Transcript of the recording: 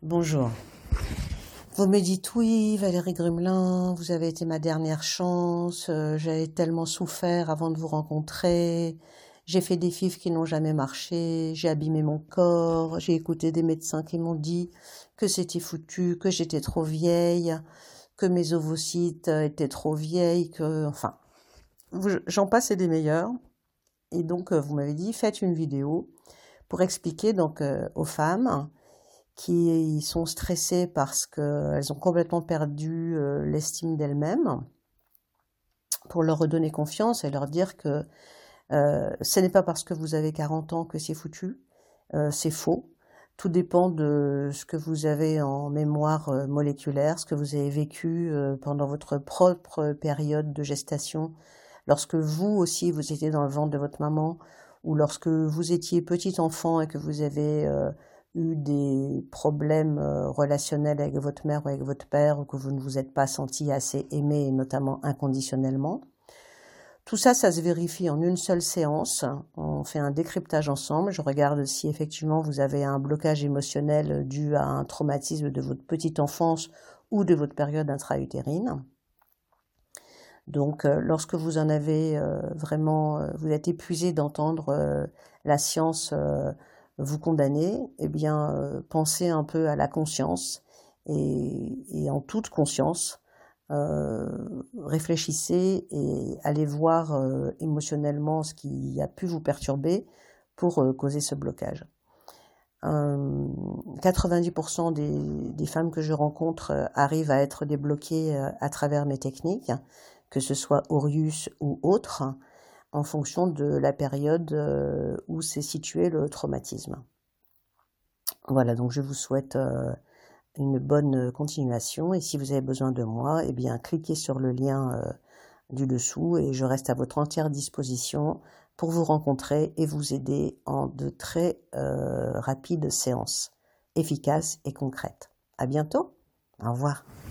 Bonjour. Vous me dites oui, Valérie Grumelin, vous avez été ma dernière chance, j'avais tellement souffert avant de vous rencontrer, j'ai fait des FIV qui n'ont jamais marché, j'ai abîmé mon corps, j'ai écouté des médecins qui m'ont dit que c'était foutu, que j'étais trop vieille, que mes ovocytes étaient trop vieilles, enfin, j'en passe et des meilleurs. Et donc, vous m'avez dit, faites une vidéo pour expliquer donc aux femmes qui sont stressées parce qu'elles ont complètement perdu l'estime d'elles-mêmes, pour leur redonner confiance et leur dire que ce n'est pas parce que vous avez 40 ans que c'est foutu, c'est faux. Tout dépend de ce que vous avez en mémoire moléculaire, ce que vous avez vécu pendant votre propre période de gestation, lorsque vous aussi vous étiez dans le ventre de votre maman, ou lorsque vous étiez petit enfant et que vous avez eu des problèmes relationnels avec votre mère ou avec votre père, ou que vous ne vous êtes pas senti assez aimé, notamment inconditionnellement. Tout ça, ça se vérifie en une seule séance. On fait un décryptage ensemble. Je regarde si effectivement vous avez un blocage émotionnel dû à un traumatisme de votre petite enfance ou de votre période intra-utérine. Donc, lorsque vous en avez vraiment, vous êtes épuisé d'entendre la science vous condamner, eh bien, pensez un peu à la conscience et en toute conscience, réfléchissez et allez voir émotionnellement ce qui a pu vous perturber pour causer ce blocage. 90% des femmes que je rencontre arrivent à être débloquées à travers mes techniques, que ce soit Orius ou autre, en fonction de la période où s'est situé le traumatisme. Voilà, donc je vous souhaite une bonne continuation, et si vous avez besoin de moi, eh bien cliquez sur le lien du dessous et je reste à votre entière disposition pour vous rencontrer et vous aider en de très rapides séances efficaces et concrètes. À bientôt. Au revoir.